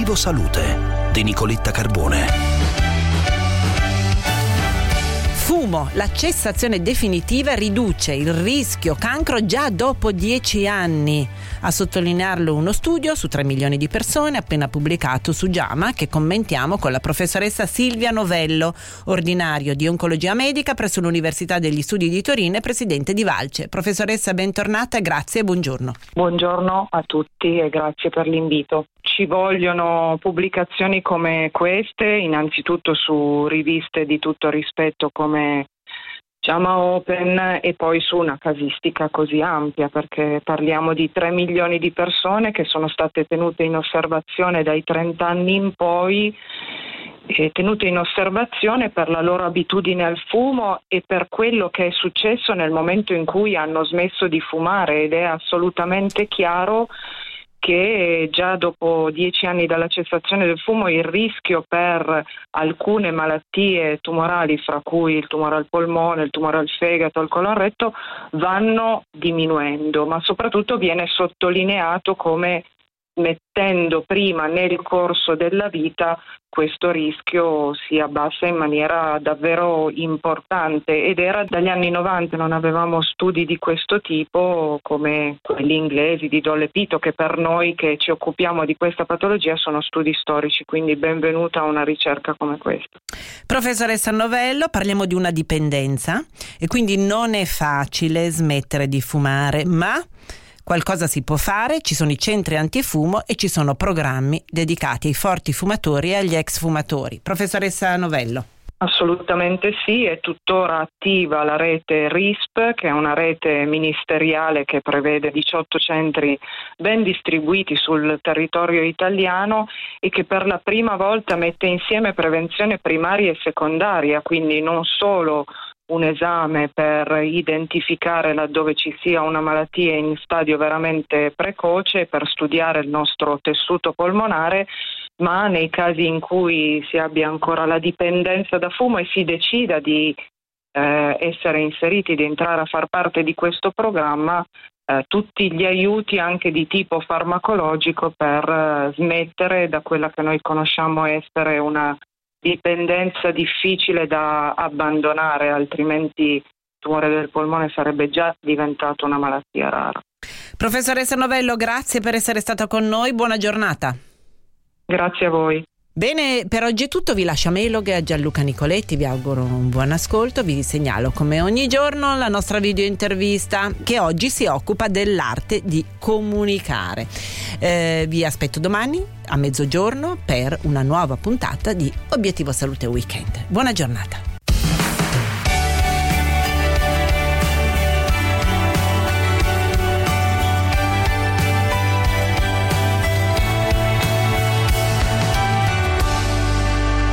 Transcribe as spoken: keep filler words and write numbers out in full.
Obiettivo Salute di Nicoletta Carbone. Fumo, la cessazione definitiva riduce il rischio cancro già dopo dieci anni. A sottolinearlo uno studio su tre milioni di persone appena pubblicato su JAMA, che commentiamo con la professoressa Silvia Novello, ordinario di oncologia medica presso l'Università degli Studi di Torino e presidente di Valce. Professoressa, bentornata, grazie e buongiorno. Buongiorno a tutti e grazie per l'invito. Ci vogliono pubblicazioni come queste, innanzitutto su riviste di tutto rispetto come JAMA Open e poi su una casistica così ampia, perché parliamo di tre milioni di persone che sono state tenute in osservazione dai trenta anni in poi, e tenute in osservazione per la loro abitudine al fumo e per quello che è successo nel momento in cui hanno smesso di fumare, ed è assolutamente chiaro che già dopo dieci anni dalla cessazione del fumo il rischio per alcune malattie tumorali, fra cui il tumore al polmone, il tumore al fegato, il colon retto, vanno diminuendo, ma soprattutto viene sottolineato come mettendo prima nel corso della vita questo rischio si abbassa in maniera davvero importante, ed era dagli anni novanta, non avevamo studi di questo tipo come quelli inglesi di Dolle Pito, che per noi che ci occupiamo di questa patologia sono studi storici, quindi benvenuta a una ricerca come questa. Professoressa Novello, parliamo di una dipendenza e quindi non è facile smettere di fumare, ma qualcosa si può fare, ci sono i centri antifumo e ci sono programmi dedicati ai forti fumatori e agli ex fumatori. Professoressa Novello. Assolutamente sì, è tuttora attiva la rete R I S P, che è una rete ministeriale che prevede diciotto centri ben distribuiti sul territorio italiano e che per la prima volta mette insieme prevenzione primaria e secondaria, quindi non solo un esame per identificare laddove ci sia una malattia in stadio veramente precoce per studiare il nostro tessuto polmonare, ma nei casi in cui si abbia ancora la dipendenza da fumo e si decida di eh, essere inseriti, di entrare a far parte di questo programma, eh, tutti gli aiuti anche di tipo farmacologico per eh, smettere da quella che noi conosciamo essere una dipendenza difficile da abbandonare, altrimenti il tumore del polmone sarebbe già diventato una malattia rara. Professoressa Novello, grazie per essere stata con noi, buona giornata. Grazie a voi. Bene, per oggi è tutto, vi lascio a Meloghe e a Gianluca Nicoletti, vi auguro un buon ascolto, vi segnalo come ogni giorno la nostra video intervista che oggi si occupa dell'arte di comunicare. Eh, vi aspetto domani a mezzogiorno per una nuova puntata di Obiettivo Salute Weekend. Buona giornata.